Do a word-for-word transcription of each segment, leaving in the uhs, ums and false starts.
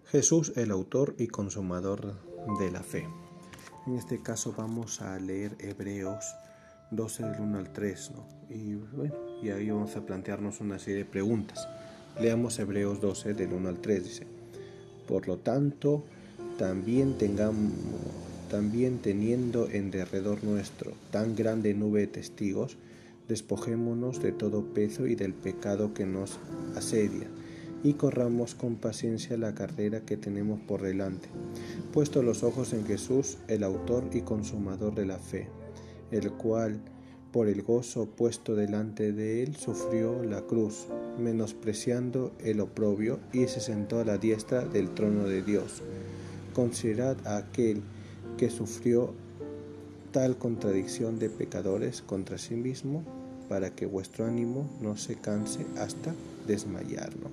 Jesús, el autor y consumador de la fe. En este caso vamos a leer Hebreos doce del uno al tres, ¿no? Y bueno, y ahí vamos a plantearnos una serie de preguntas. Leamos Hebreos doce del uno al tres, dice: Por lo tanto, también tengamos, también teniendo en derredor nuestro tan grande nube de testigos, despojémonos de todo peso y del pecado que nos asedia, y corramos con paciencia la carrera que tenemos por delante, puesto los ojos en Jesús, el autor y consumador de la fe, el cual, por el gozo puesto delante de él, sufrió la cruz, menospreciando el oprobio, y se sentó a la diestra del trono de Dios. Considerad a aquel que sufrió tal contradicción de pecadores contra sí mismo, para que vuestro ánimo no se canse hasta desmayar, ¿no?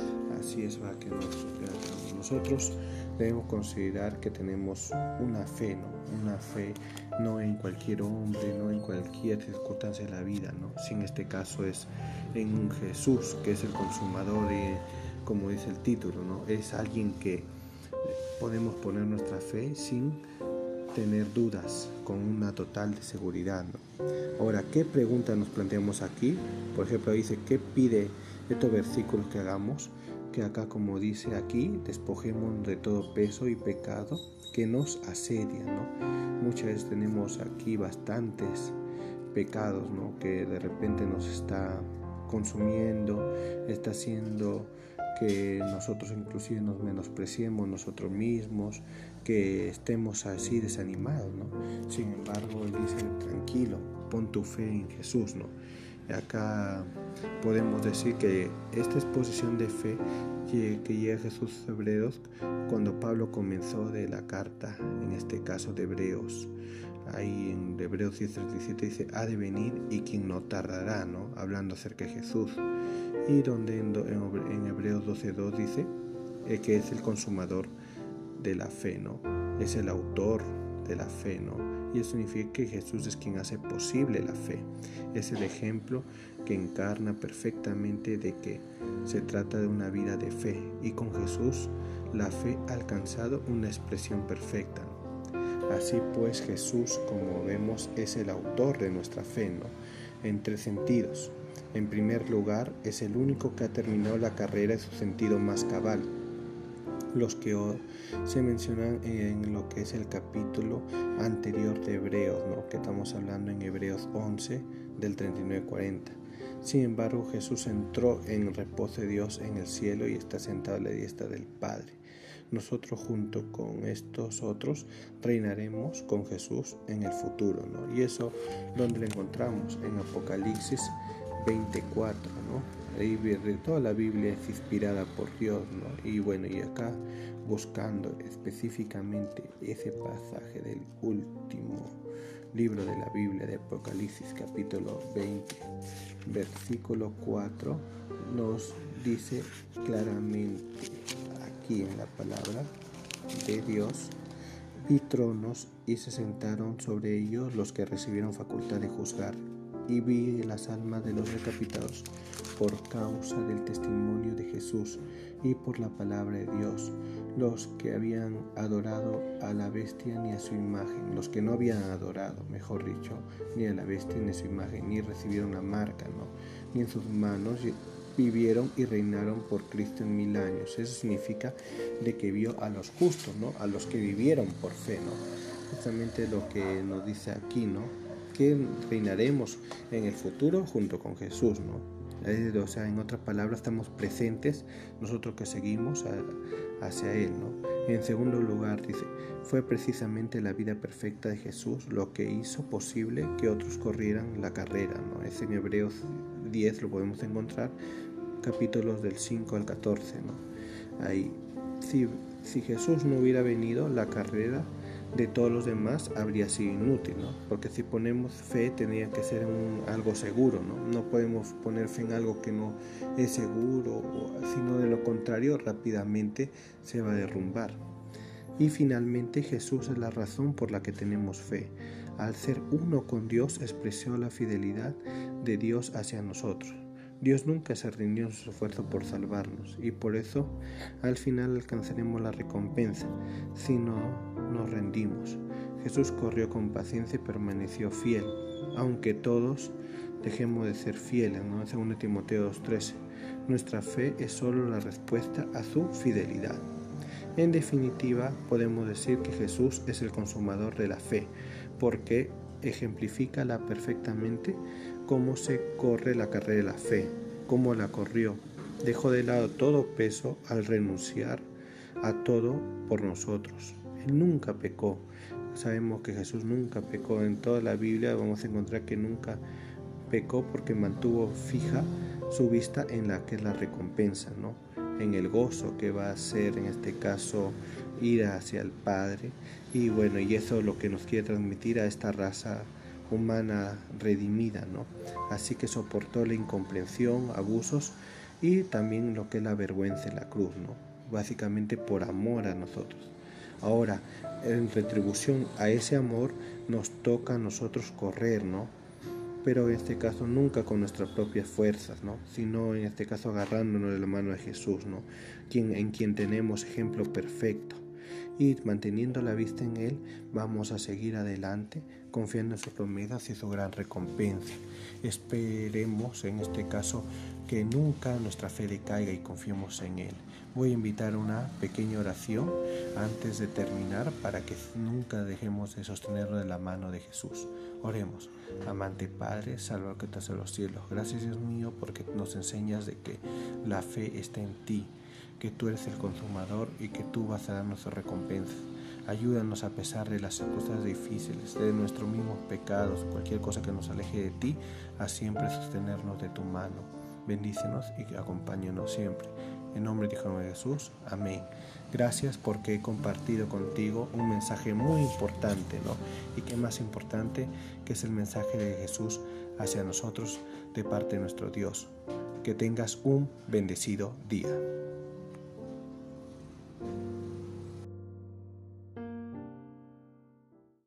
Así es, va, que nosotros, nosotros debemos considerar que tenemos una fe, ¿no? Una fe no en cualquier hombre, no en cualquier circunstancia de la vida, ¿no? Si en este caso es en Jesús, que es el consumador, eh, como dice el título, ¿no? Es alguien que podemos poner nuestra fe sin tener dudas, con una total de seguridad, ¿no? Ahora, ¿qué pregunta nos planteamos aquí? Por ejemplo, dice, ¿qué pide estos versículos que hagamos? Que acá, como dice aquí, despojemos de todo peso y pecado que nos asedia, ¿no? Muchas veces tenemos aquí bastantes pecados, ¿no? Que de repente nos está consumiendo, está haciendo que nosotros inclusive nos menospreciemos nosotros mismos, que estemos así desanimados, ¿no? Sin embargo, él dice, tranquilo, pon tu fe en Jesús, ¿no? Y acá podemos decir que esta exposición de fe que llega a Jesús a Hebreos, cuando Pablo comenzó de la carta, en este caso de Hebreos, ahí en Hebreos diez treinta y siete dice, ha de venir y quien no tardará, ¿no? Hablando acerca de Jesús. Y donde en, en Hebreos doce dos dice eh, que es el consumador de la fe, ¿no? Es el autor de la fe, ¿no? Y eso significa que Jesús es quien hace posible la fe. Es el ejemplo que encarna perfectamente de que se trata de una vida de fe, y con Jesús la fe ha alcanzado una expresión perfecta, ¿no? Así pues, Jesús, como vemos, es el autor de nuestra fe, ¿no? En tres sentidos. En primer lugar, es el único que ha terminado la carrera en su sentido más cabal, los que se mencionan en lo que es el capítulo anterior de Hebreos, ¿no? Que estamos hablando en Hebreos once del treinta y nueve al cuarenta. Sin embargo, Jesús entró en el reposo de Dios en el cielo y está sentado a la diestra del Padre. Nosotros, junto con estos otros, reinaremos con Jesús en el futuro, ¿no? Y eso, ¿dónde lo encontramos? En Apocalipsis veinticuatro, ¿no? Ahí toda la Biblia es inspirada por Dios, ¿no? Y bueno, y acá buscando específicamente ese pasaje del último libro de la Biblia, de Apocalipsis capítulo veinte, versículo cuatro, nos dice claramente aquí en la palabra de Dios: vi tronos y se sentaron sobre ellos los que recibieron facultad de juzgar, y vi las almas de los decapitados por causa del testimonio de Jesús y por la palabra de Dios, los que habían adorado a la bestia ni a su imagen, los que no habían adorado, mejor dicho, ni a la bestia ni a su imagen, ni recibieron la marca, ¿no? Ni en sus manos, vivieron y reinaron por Cristo en mil años. Eso significa de que vio a los justos, ¿no? A los que vivieron por fe, ¿no? Justamente lo que nos dice aquí, ¿no? Que reinaremos en el futuro junto con Jesús, ¿no? O sea, en otras palabras, estamos presentes nosotros que seguimos a, hacia Él, ¿no? En segundo lugar, dice, fue precisamente la vida perfecta de Jesús lo que hizo posible que otros corrieran la carrera, ¿no? Es en Hebreos diez, lo podemos encontrar, capítulos del cinco al catorce, ¿no? Ahí, si, si Jesús no hubiera venido, la carrera de todos los demás habría sido inútil, ¿no? Porque si ponemos fe, tendría que ser un, algo seguro, ¿no? No podemos poner fe en algo que no es seguro, sino de lo contrario, rápidamente se va a derrumbar. Y finalmente, Jesús es la razón por la que tenemos fe. Al ser uno con Dios, expresó la fidelidad de Dios hacia nosotros. Dios nunca se rindió en su esfuerzo por salvarnos y por eso al final alcanzaremos la recompensa si no nos rendimos. Jesús corrió con paciencia y permaneció fiel, aunque todos dejemos de ser fieles, ¿no? Según Timoteo dos trece. Nuestra fe es solo la respuesta a su fidelidad. En definitiva, podemos decir que Jesús es el consumador de la fe, porque ejemplifica la perfectamente cómo se corre la carrera de la fe, cómo la corrió. Dejó de lado todo peso al renunciar a todo por nosotros. Él nunca pecó. Sabemos que Jesús nunca pecó. En toda la Biblia vamos a encontrar que nunca pecó porque mantuvo fija su vista en la que es la recompensa, ¿no? En el gozo que va a ser, en este caso, ir hacia el Padre. Y bueno, y eso es lo que nos quiere transmitir a esta raza humana redimida, ¿no? Así que soportó la incomprensión, abusos y también lo que es la vergüenza en la cruz, ¿no? Básicamente por amor a nosotros. Ahora, en retribución a ese amor nos toca a nosotros correr, ¿no? Pero en este caso nunca con nuestras propias fuerzas, ¿no? Sino en este caso agarrándonos de la mano de Jesús, ¿no? Quien, en quien tenemos ejemplo perfecto. Y manteniendo la vista en Él, vamos a seguir adelante, confiando en sus promesas y su gran recompensa. Esperemos, en este caso, que nunca nuestra fe decaiga y confiemos en Él. Voy a invitar a una pequeña oración antes de terminar para que nunca dejemos de sostenerlo de la mano de Jesús. Oremos. Amante Padre, salva que estás en los cielos. Gracias, Dios mío, porque nos enseñas de que la fe está en ti, que tú eres el consumador y que tú vas a darnos recompensas. Ayúdanos a pesar de las circunstancias difíciles, de nuestros mismos pecados, cualquier cosa que nos aleje de ti, a siempre sostenernos de tu mano. Bendícenos y acompáñanos siempre. En nombre de Hijo de Jesús, amén. Gracias porque he compartido contigo un mensaje muy importante, ¿no? Y que más importante que es el mensaje de Jesús hacia nosotros de parte de nuestro Dios. Que tengas un bendecido día.